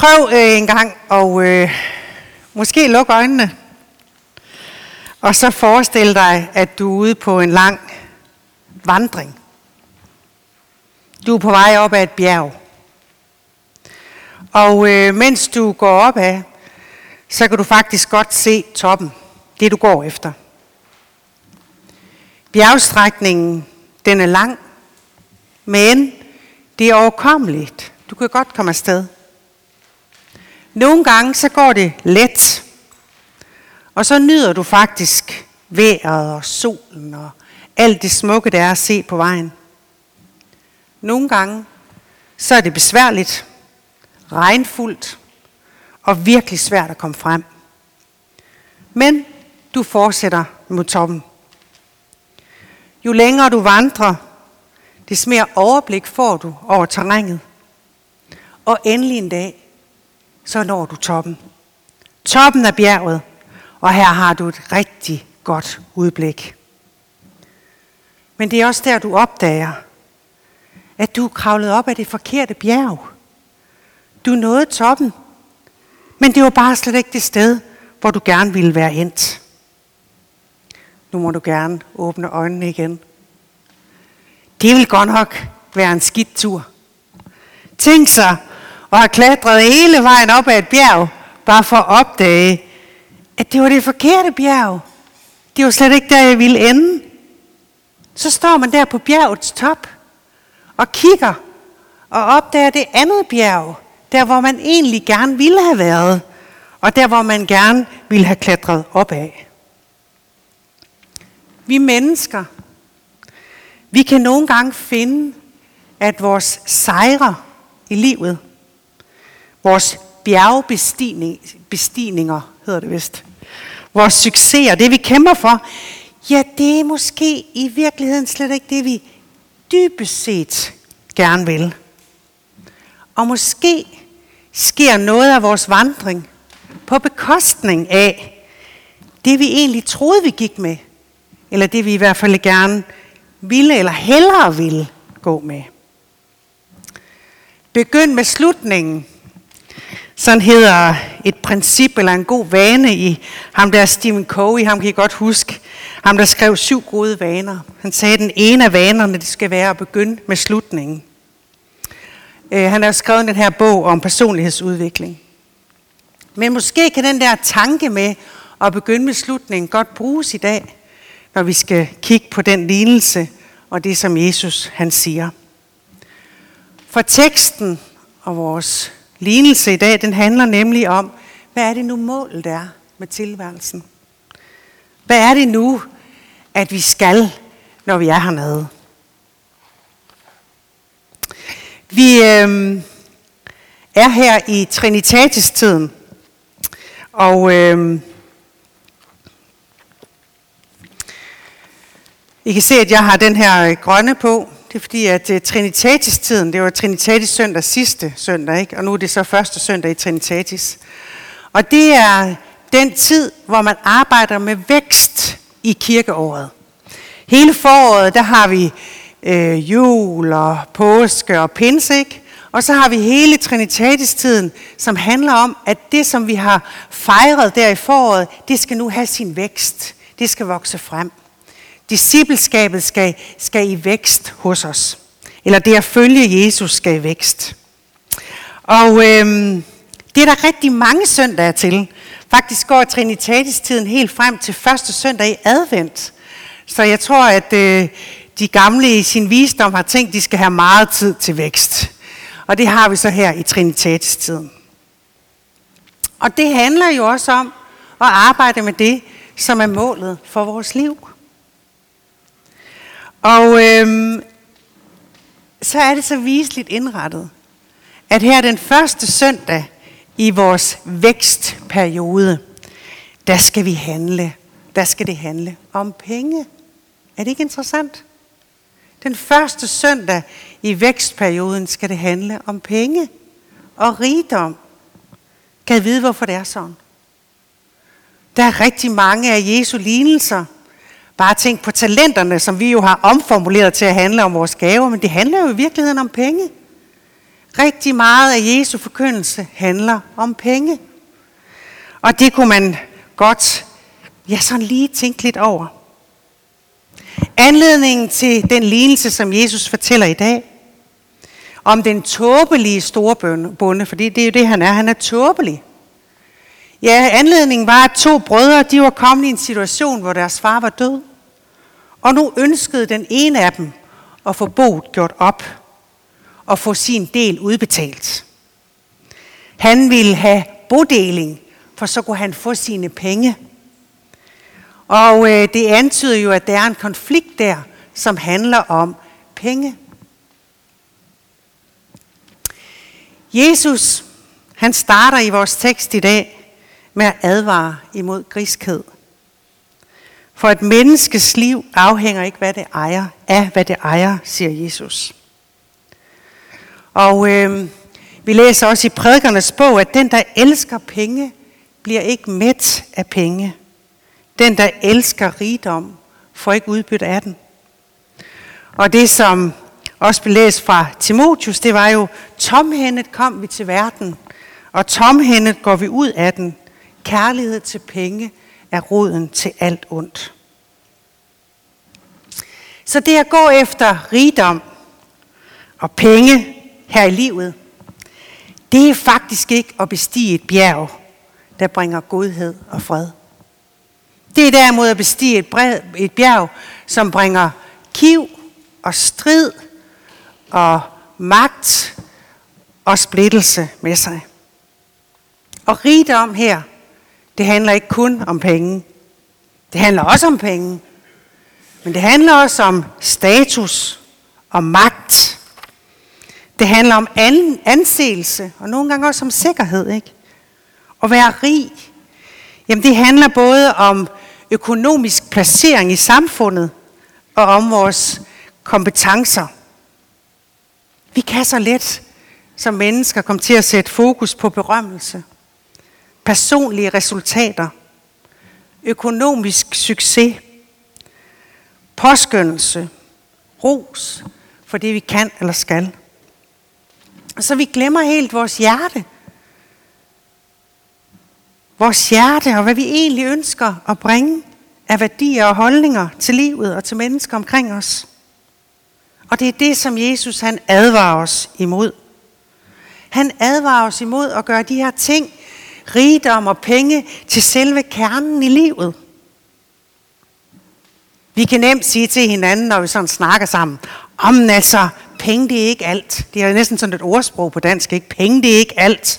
Prøv en gang at måske lukke øjnene, og så forestil dig, at du er ude på en lang vandring. Du er på vej op ad et bjerg. Og mens du går opad, så kan du faktisk godt se toppen, det du går efter. Bjergstrækningen, den er lang, men det er overkommeligt. Du kan godt komme afsted. Nogle gange så går det let, og så nyder du faktisk vejret og solen og alt det smukke, der er at se på vejen. Nogle gange så er det besværligt, regnfuldt og virkelig svært at komme frem. Men du fortsætter mod toppen. Jo længere du vandrer, des mere overblik får du over terrænet. Og endelig en dag, så når du toppen. Toppen af bjerget, og her har du et rigtig godt udblik. Men det er også der, du opdager, at du er kravlet op ad det forkerte bjerg. Du nåede toppen, men det var bare slet ikke det sted, hvor du gerne ville være endt. Nu må du gerne åbne øjnene igen. Det vil godt nok være en skidt tur. Tænk sig at have klatret hele vejen op ad et bjerg, bare for at opdage, at det var det forkerte bjerg. Det var slet ikke der, jeg ville ende. Så står man der på bjergets top og kigger og opdager det andet bjerg, der hvor man egentlig gerne ville have været, og der hvor man gerne ville have klatret opad. Vi mennesker, vi kan nogle gange finde, at vores sejre i livet, vores bjergbestigninger, hedder det vist, vores succeser, det vi kæmper for, ja, det er måske i virkeligheden slet ikke det, vi dybest set gerne vil. Og måske sker noget af vores vandring på bekostning af det, vi egentlig troede, vi gik med, eller det, vi i hvert fald gerne ville eller hellere ville gå med. Begynd med slutningen. Sådan hedder et princip eller en god vane i ham der Stephen Covey, ham kan I godt huske, ham der skrev 7 gode vaner. Han sagde, at den ene af vanerne, det skal være at begynde med slutningen. Han har skrevet den her bog om personlighedsudvikling. Men måske kan den der tanke med at begynde med slutningen godt bruges i dag, når vi skal kigge på den lignelse og det, som Jesus han siger. For teksten og vores lignelse i dag, den handler nemlig om, hvad er det nu målet er med tilværelsen? Hvad er det nu, at vi skal, når vi er hernede? Vi er her i Trinitatis-tiden, og I kan se, at jeg har den her grønne på. Det er fordi, at Trinitatis-tiden, det var Trinitatis søndag sidste søndag, ikke? Og nu er det så første søndag i Trinitatis. Og det er den tid, hvor man arbejder med vækst i kirkeåret. Hele foråret, der har vi jul og påske og pinse, ikke? Og så har vi hele Trinitatis-tiden, som handler om, at det, som vi har fejret der i foråret, det skal nu have sin vækst. Det skal vokse frem. Discipleskabet skal i vækst hos os. Eller det at følge Jesus skal i vækst. Og det er der rigtig mange søndage til. Faktisk går Trinitatis-tiden helt frem til første søndag i advent. Så jeg tror, at de gamle i sin visdom har tænkt, at de skal have meget tid til vækst. Og det har vi så her i Trinitatis-tiden. Og det handler jo også om at arbejde med det, som er målet for vores liv. Og så er det så viseligt indrettet, at her den første søndag i vores vækstperiode, der skal vi handle. Der skal det handle om penge. Er det ikke interessant? Den første søndag i vækstperioden skal det handle om penge og rigdom. Kan I vide, hvorfor det er sådan? Der er rigtig mange af Jesu lignelser. Bare tænk på talenterne, som vi jo har omformuleret til at handle om vores gaver, men det handler jo i virkeligheden om penge. Rigtig meget af Jesu forkyndelse handler om penge. Og det kunne man godt, sådan lige tænke lidt over. Anledningen til den lignelse, som Jesus fortæller i dag, om den tåbelige storbonde, fordi det er jo det, han er tåbelig. Ja, anledningen var, at 2 brødre, de var kommet i en situation, hvor deres far var død. Og nu ønskede den ene af dem at få boet gjort op og få sin del udbetalt. Han ville have bodeling, for så kunne han få sine penge. Og det antyder jo, at der er en konflikt der, som handler om penge. Jesus, han starter i vores tekst i dag med at advare imod griskhed. For et menneskes liv afhænger ikke af, hvad det ejer, siger Jesus. Og vi læser også i prædikernes bog, at den, der elsker penge, bliver ikke mæt af penge. Den, der elsker rigdom, får ikke udbytte af den. Og det, som også blev læst fra Timotheus, det var jo, tomhændet kom vi til verden, og tomhændet går vi ud af den. Kærlighed til penge er roden til alt ondt. Så det at gå efter rigdom og penge her i livet, det er faktisk ikke at bestige et bjerg, der bringer godhed og fred. Det er derimod at bestige et bjerg, som bringer kiv og strid og magt og splittelse med sig. Og rigdom her, det handler ikke kun om penge. Det handler også om penge. Men det handler også om status og magt. Det handler om anseelse og nogle gange også om sikkerhed, ikke? At være rig, jamen det handler både om økonomisk placering i samfundet og om vores kompetencer. Vi kan så let som mennesker komme til at sætte fokus på berømmelse, personlige resultater, økonomisk succes, påskyndelse, ros for det vi kan eller skal. Og så vi glemmer helt vores hjerte. Vores hjerte og hvad vi egentlig ønsker at bringe af værdier og holdninger til livet og til mennesker omkring os. Og det er det, som Jesus han advarer os imod. Han advarer os imod at gøre de her ting, rigdom og penge, til selve kernen i livet. Vi kan nemt sige til hinanden, når vi sådan snakker sammen, altså, penge det er ikke alt. Det er jo næsten sådan et ordsprog på dansk, ikke? Penge det er ikke alt.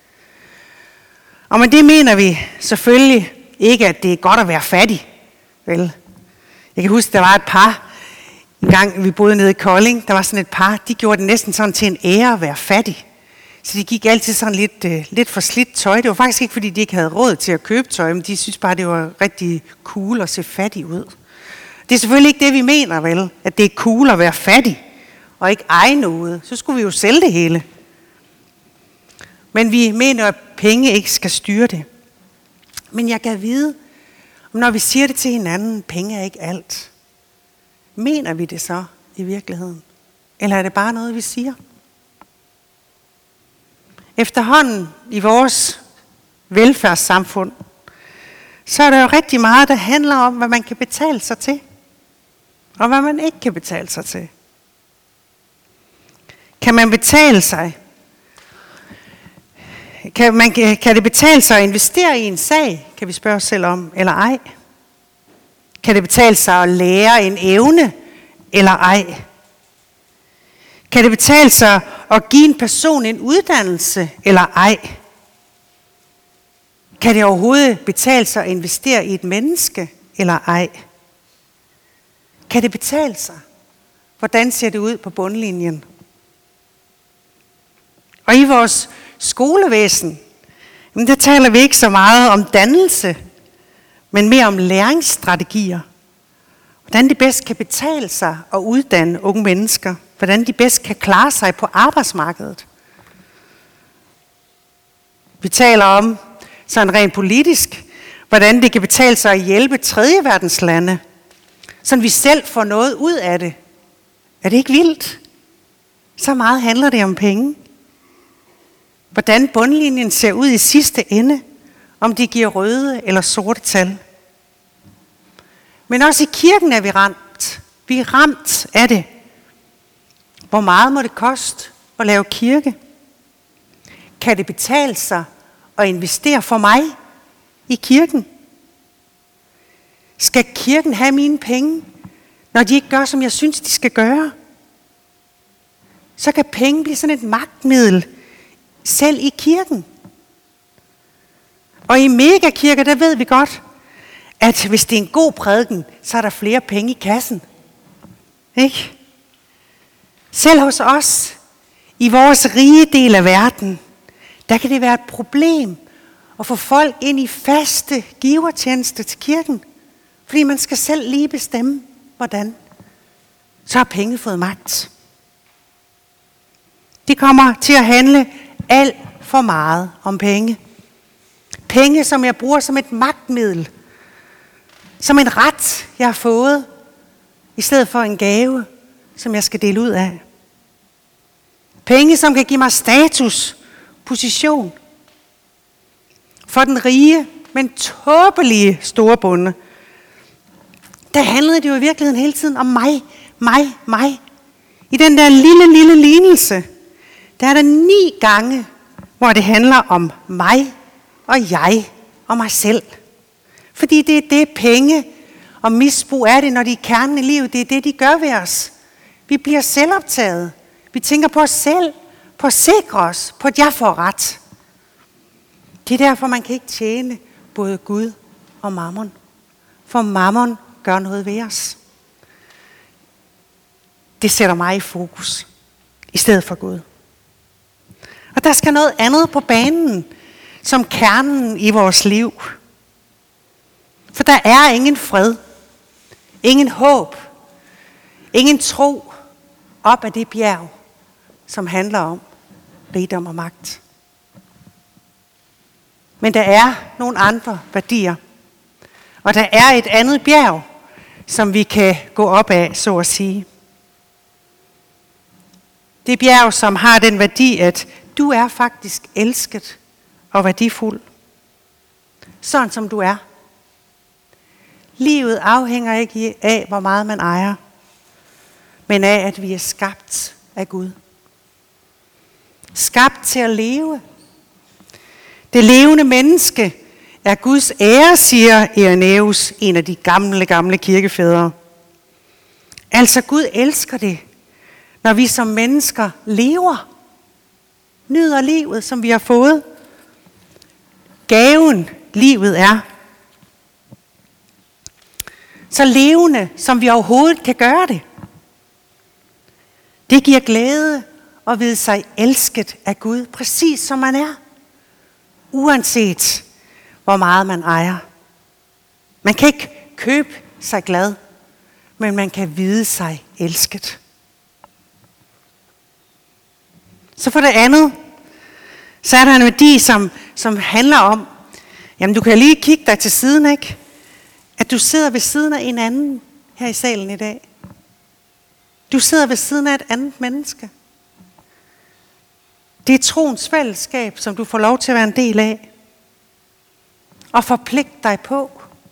Og men det mener vi selvfølgelig ikke, at det er godt at være fattig. Vel? Jeg kan huske, der var et par, en gang vi boede nede i Kolding, der var sådan et par, de gjorde det næsten sådan til en ære at være fattig. Så de gik altid sådan lidt for slidt tøj. Det var faktisk ikke, fordi de ikke havde råd til at købe tøj, men de synes bare, det var rigtig cool at se fattig ud. Det er selvfølgelig ikke det, vi mener, vel? At det er cool at være fattig og ikke eje noget. Så skulle vi jo sælge det hele. Men vi mener, at penge ikke skal styre det. Men jeg kan vide, om når vi siger det til hinanden, penge er ikke alt. Mener vi det så i virkeligheden? Eller er det bare noget, vi siger? Efterhånden i vores velfærdssamfund, så er der jo rigtig meget, der handler om, hvad man kan betale sig til. Og hvad man ikke kan betale sig til. Kan man betale sig? Kan det betale sig at investere i en sag, kan vi spørge os selv om, eller ej? Kan det betale sig at lære en evne, eller ej? Kan det betale sig at give en person en uddannelse, eller ej? Kan det overhovedet betale sig at investere i et menneske, eller ej? Kan det betale sig? Hvordan ser det ud på bundlinjen? Og i vores skolevæsen, der taler vi ikke så meget om dannelse, men mere om læringsstrategier. Hvordan det bedst kan betale sig at uddanne unge mennesker. Hvordan de bedst kan klare sig på arbejdsmarkedet. Vi taler om, sådan rent politisk, hvordan det kan betale sig at hjælpe tredje verdens lande, så vi selv får noget ud af det. Er det ikke vildt? Så meget handler det om penge. hvordan bundlinjen ser ud i sidste ende, om de giver røde eller sorte tal. Men også i kirken er vi ramt. Vi er ramt af det. Hvor meget må det koste at lave kirke? Kan det betale sig at investere for mig i kirken? Skal kirken have mine penge, når de ikke gør, som jeg synes, de skal gøre? Så kan penge blive sådan et magtmiddel, selv i kirken. Og i megakirker, der ved vi godt, at hvis det er en god prædiken, så er der flere penge i kassen. Ikke? Selv hos os, i vores rige del af verden, der kan det være et problem at få folk ind i faste givertjeneste til kirken. Fordi man skal selv lige bestemme, hvordan. Så har penge fået magt. Det kommer til at handle alt for meget om penge. Penge, som jeg bruger som et magtmiddel. Som en ret, jeg har fået, i stedet for en gave, som jeg skal dele ud af. Penge, som kan give mig status, position. For den rige, men tåbelige storebonde, der handlede det jo i virkeligheden hele tiden om mig. I den der lille lignelse, der er der 9 gange, hvor det handler om mig og jeg og mig selv. Fordi det er det, penge og misbrug er det, når de er kernen i livet. Det er det, de gør ved os. Vi bliver selvoptaget. Vi tænker på os selv, på at sikre os, på at jeg får ret. Det er derfor, man kan ikke tjene både Gud og mammon. For mammon gør noget ved os. Det sætter mig i fokus, i stedet for Gud. Og der skal noget andet på banen, som kernen i vores liv. For der er ingen fred, ingen håb, ingen tro op ad det bjerg, som handler om rigdom og magt. Men der er nogle andre værdier. Og der er et andet bjerg, som vi kan gå op af, så at sige. Det bjerg, som har den værdi, at du er faktisk elsket og værdifuld. Sådan som du er. Livet afhænger ikke af, hvor meget man ejer, men af, at vi er skabt af Gud. Skabt til at leve. Det levende menneske er Guds ære, siger Irenæus, en af de gamle kirkefædre. Altså Gud elsker det, når vi som mennesker lever, nyder livet, som vi har fået. Gaven, livet er. Så levende, som vi overhovedet kan gøre det. Det giver glæde at vide sig elsket af Gud, præcis som man er. Uanset hvor meget man ejer. Man kan ikke købe sig glad, men man kan vide sig elsket. Så for det andet, så er der en værdi, som handler om, jamen du kan lige kigge dig til siden, ikke? At du sidder ved siden af en anden her i salen i dag. Du sidder ved siden af et andet menneske. Det er troens fællesskab, som du får lov til at være en del af. Og forpligte dig på.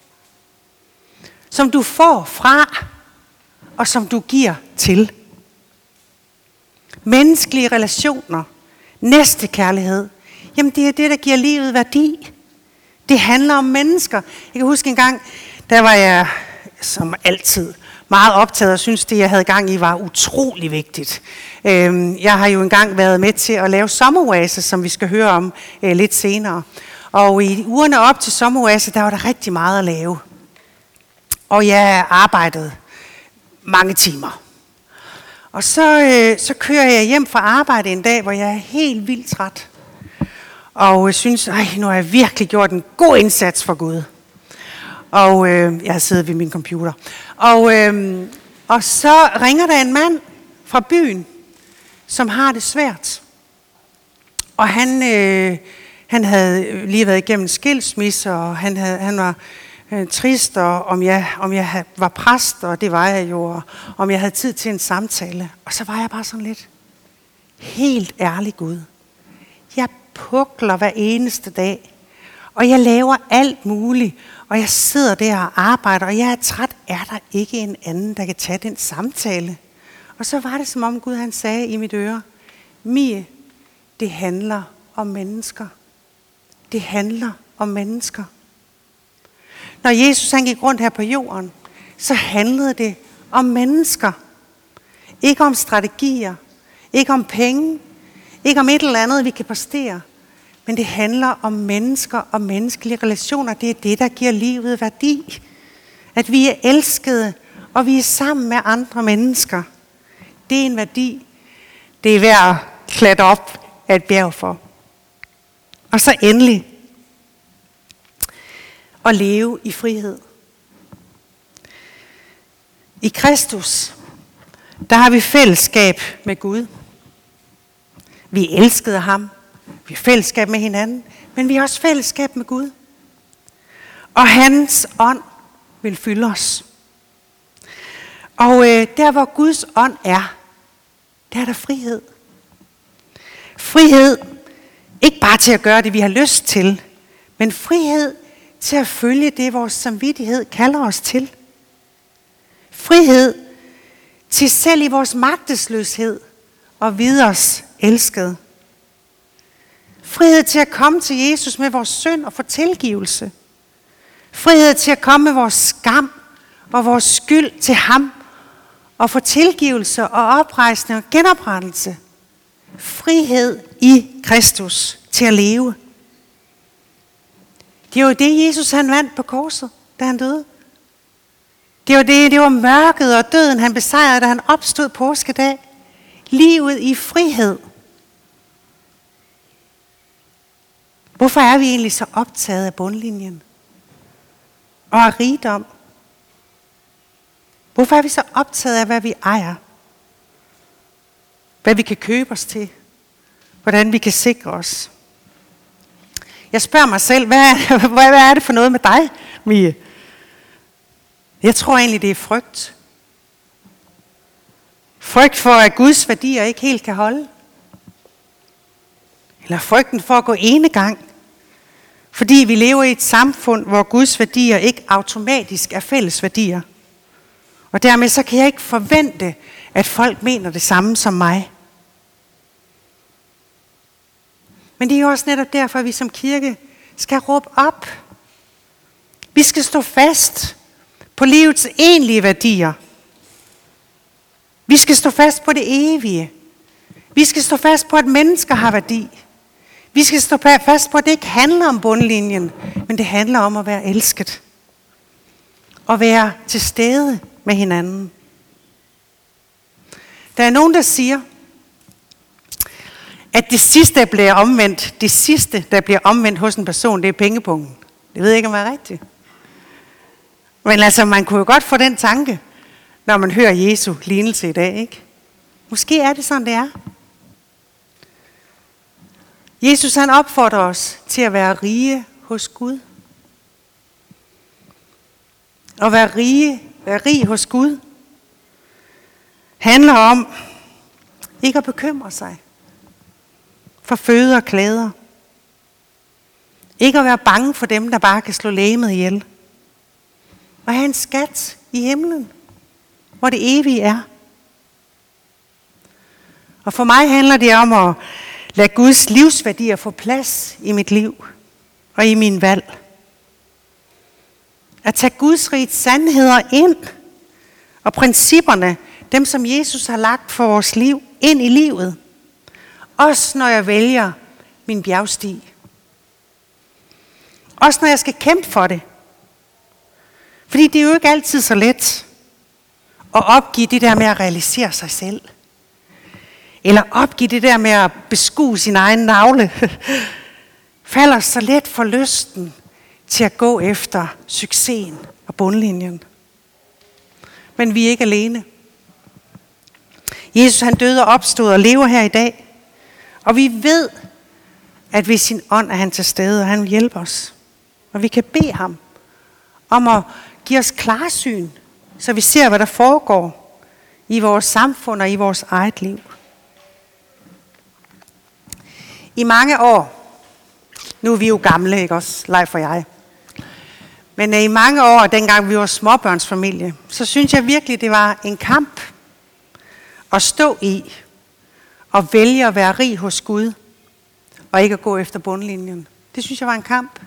Som du får fra, og som du giver til. Menneskelige relationer, næstekærlighed, jamen det er det, der giver livet værdi. Det handler om mennesker. Jeg kan huske en gang, der var jeg som altid meget optaget og synes det, jeg havde gang i, var utrolig vigtigt. Jeg har jo engang været med til at lave sommeroase, som vi skal høre om lidt senere. Og i ugerne op til sommeroase, der var der rigtig meget at lave. Og jeg arbejdede mange timer. Og så kører jeg hjem fra arbejde en dag, hvor jeg er helt vildt træt. Og synes, nu har jeg virkelig gjort en god indsats for Gud. Og jeg har siddet ved min computer. Og så ringer der en mand fra byen, som har det svært. Og han havde lige været igennem skilsmisse, og han var trist, og om jeg var præst, og det var jeg jo, og om jeg havde tid til en samtale. Og så var jeg bare sådan lidt, helt ærlig Gud. Jeg pukler hver eneste dag. Og jeg laver alt muligt. Og jeg sidder der og arbejder, og jeg er træt. Er der ikke en anden, der kan tage den samtale? Og så var det, som om Gud han sagde i mit øre, Mie, det handler om mennesker. Det handler om mennesker. Når Jesus han gik rundt her på jorden, så handlede det om mennesker. Ikke om strategier, ikke om penge, ikke om et eller andet, vi kan præstere. Men det handler om mennesker og menneskelige relationer. Det er det, der giver livet værdi. At vi er elskede, og vi er sammen med andre mennesker. Det er en værdi, det er værd at klatre op af et bjerg for. Og så endelig at leve i frihed. I Kristus, der har vi fællesskab med Gud. Vi elskede ham. Vi har fællesskab med hinanden, men vi har også fællesskab med Gud. Og hans ånd vil fylde os. Og der hvor Guds ånd er, der er der frihed. Frihed, ikke bare til at gøre det, vi har lyst til, men frihed til at følge det, vores samvittighed kalder os til. Frihed til selv i vores magtesløshed og vide os elskede. Frihed til at komme til Jesus med vores synd og få tilgivelse. Frihed til at komme med vores skam og vores skyld til ham og få tilgivelse og oprejsning og genoprettelse. Frihed i Kristus til at leve. Det var det, Jesus han vandt på korset, da han døde. Det var mørket og døden, han besejrede, da han opstod påskedag. Livet i frihed. Hvorfor er vi egentlig så optaget af bundlinjen? Og af rigdom? Hvorfor er vi så optaget af, hvad vi ejer? Hvad vi kan købe os til? Hvordan vi kan sikre os? Jeg spørger mig selv, hvad er det for noget med dig, Mie? Jeg tror egentlig, det er frygt. Frygt for, at Guds værdier ikke helt kan holde. Eller frygten for at gå enegang. Fordi vi lever i et samfund, hvor Guds værdier ikke automatisk er fælles værdier. Og dermed så kan jeg ikke forvente, at folk mener det samme som mig. Men det er jo også netop derfor, at vi som kirke skal råbe op. Vi skal stå fast på livets egentlige værdier. Vi skal stå fast på det evige. Vi skal stå fast på, at mennesker har værdi. Vi skal stå fast på, at det ikke handler om bundlinjen, men det handler om at være elsket. Og være til stede med hinanden. Der er nogen, der siger, at det sidste, der bliver omvendt hos en person, det er pengepunkten. Det ved jeg ikke, om det er rigtigt. Men altså, man kunne jo godt få den tanke, når man hører Jesu lignelse i dag, ikke? Måske er det sådan, det er. Jesus han opfordrer os til at være rige hos Gud. At være rig hos Gud, handler om ikke at bekymre sig for føde og klæder. Ikke at være bange for dem, der bare kan slå legemet ihjel. Og have en skat i himlen, hvor det evige er. Og for mig handler det om at lade Guds livsværdier få plads i mit liv og i min valg. At tage Guds riges sandheder ind og principperne, dem som Jesus har lagt for vores liv, ind i livet. Også når jeg vælger min bjergstig. Også når jeg skal kæmpe for det. Fordi det er jo ikke altid så let at opgive det der med at realisere sig selv. Eller opgive det der med at beskue sin egen navle. Falder så let for lysten til at gå efter succesen og bundlinjen. Men vi er ikke alene. Jesus han døde og opstod og lever her i dag. Og vi ved, at ved sin ånd er han til stede, og han vil hjælpe os. Og vi kan bede ham om at give os klarsyn, så vi ser, hvad der foregår i vores samfund og i vores eget liv. I mange år, nu er vi jo gamle, ikke også, Leif og jeg, men i mange år, dengang vi var småbørnsfamilie, så synes jeg virkelig, det var en kamp at stå i og vælge at være rig hos Gud, og ikke at gå efter bundlinjen. Det synes jeg var en kamp.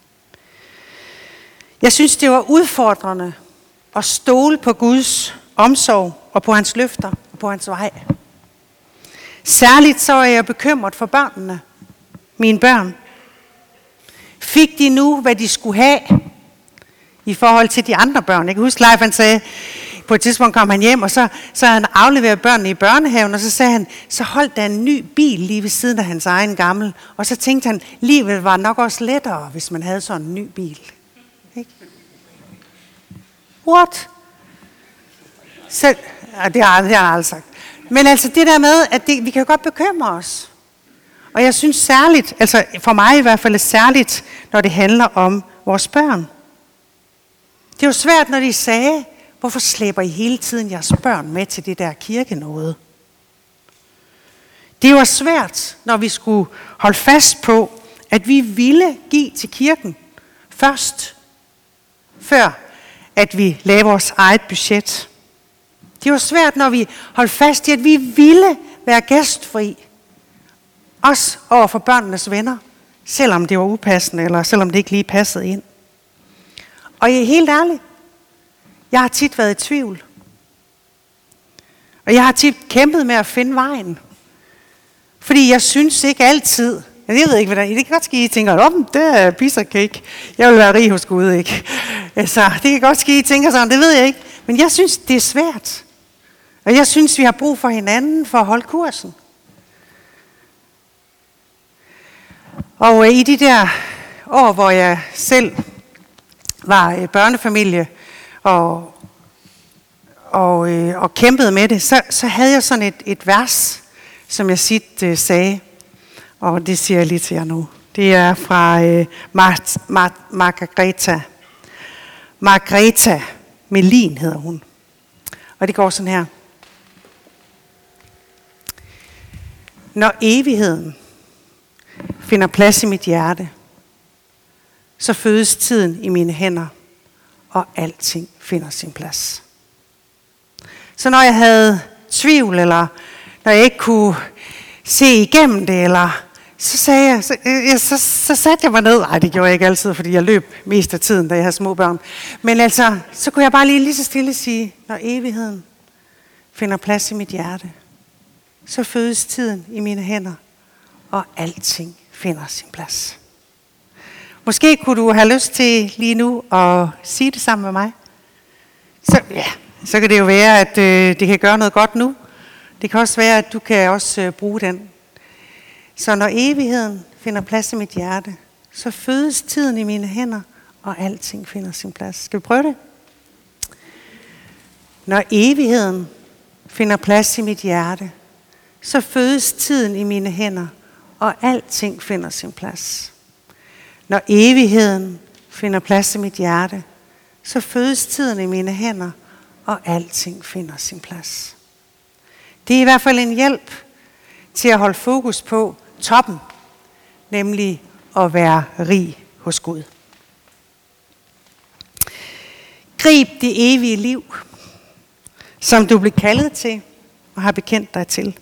Jeg synes, det var udfordrende at stole på Guds omsorg og på hans løfter og på hans vej. Særligt så er jeg bekymret for børnene, mine børn. Fik de nu, hvad de skulle have i forhold til de andre børn? Jeg kan huske, Leif han sagde, på et tidspunkt kom han hjem, og så havde han afleveret børnene i børnehaven, og så sagde han, så holdt der en ny bil lige ved siden af hans egen gammel. Og så tænkte han, livet var nok også lettere, hvis man havde sådan en ny bil. Ikke? What? Så, det har han aldrig sagt. Men altså det der med, at vi kan godt bekymre os. Og jeg synes særligt, altså for mig i hvert fald særligt, når det handler om vores børn. Det er jo svært, når de sagde, hvorfor slæber I hele tiden jeres børn med til det der kirkenåde? Det var svært, når vi skulle holde fast på, at vi ville give til kirken først, før at vi lavede vores eget budget. Det var svært, når vi holdt fast i, at vi ville være gæstfri. Også over for børnenes venner, selvom det var upassende, eller selvom det ikke lige passede ind. Og jeg er helt ærlig, jeg har tit været i tvivl. Og jeg har tit kæmpet med at finde vejen. Fordi jeg synes ikke altid, jeg ved ikke, hvordan, det kan godt ske, I tænker, det er piece of cake. Jeg vil være rig hos Gud, ikke? Altså, det kan godt ske, I tænker sådan, det ved jeg ikke. Men jeg synes, det er svært. Og jeg synes, vi har brug for hinanden for at holde kursen. Og i de der år, hvor jeg selv var børnefamilie og kæmpede med det, så havde jeg sådan et vers, som jeg sagde, og det siger jeg lige til jer nu. Det er fra Margrethe Melin hedder hun. Og det går sådan her. Når evigheden finder plads i mit hjerte, så fødes tiden i mine hænder, og alting finder sin plads. Så når jeg havde tvivl, eller når jeg ikke kunne se igennem det, eller så satte jeg mig ned. Nej, det gjorde jeg ikke altid, fordi jeg løb mest af tiden, da jeg havde små børn. Men altså, så kunne jeg bare lige så stille sige, når evigheden finder plads i mit hjerte, så fødes tiden i mine hænder, og alting finder sin plads. Måske kunne du have lyst til lige nu at sige det sammen med mig. Så kan det jo være, at det kan gøre noget godt nu. Det kan også være, at du kan også bruge den. Så når evigheden finder plads i mit hjerte, så fødes tiden i mine hænder, og alting finder sin plads. Skal vi prøve det? Når evigheden finder plads i mit hjerte, så fødes tiden i mine hænder, og alting finder sin plads. Når evigheden finder plads i mit hjerte, så fødes tiden i mine hænder, og alting finder sin plads. Det er i hvert fald en hjælp til at holde fokus på toppen, nemlig at være rig hos Gud. Grib det evige liv, som du blev kaldet til og har bekendt dig til.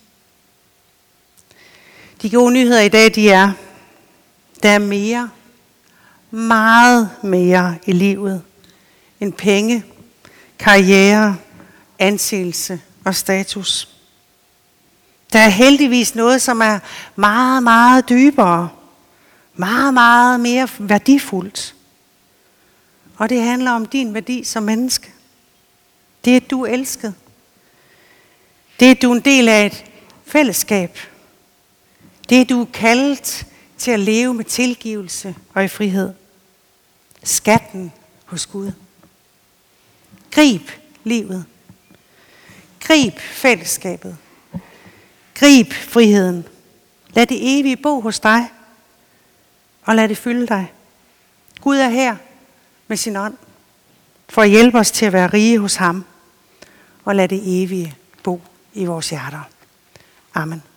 De gode nyheder i dag, de er, der er mere, meget mere i livet end penge, karriere, anseelse og status. Der er heldigvis noget, som er meget, meget dybere, meget, meget mere værdifuldt. Og det handler om din værdi som menneske. Det er, at du er elsket. Det er, at du er en del af et fællesskab. Det er, at du er kaldet til at leve med tilgivelse og i frihed. Skatten hos Gud. Grib livet. Grib fællesskabet. Grib friheden. Lad det evige bo hos dig. Og lad det fylde dig. Gud er her med sin ånd. For at hjælpe os til at være rige hos ham. Og lad det evige bo i vores hjerter. Amen.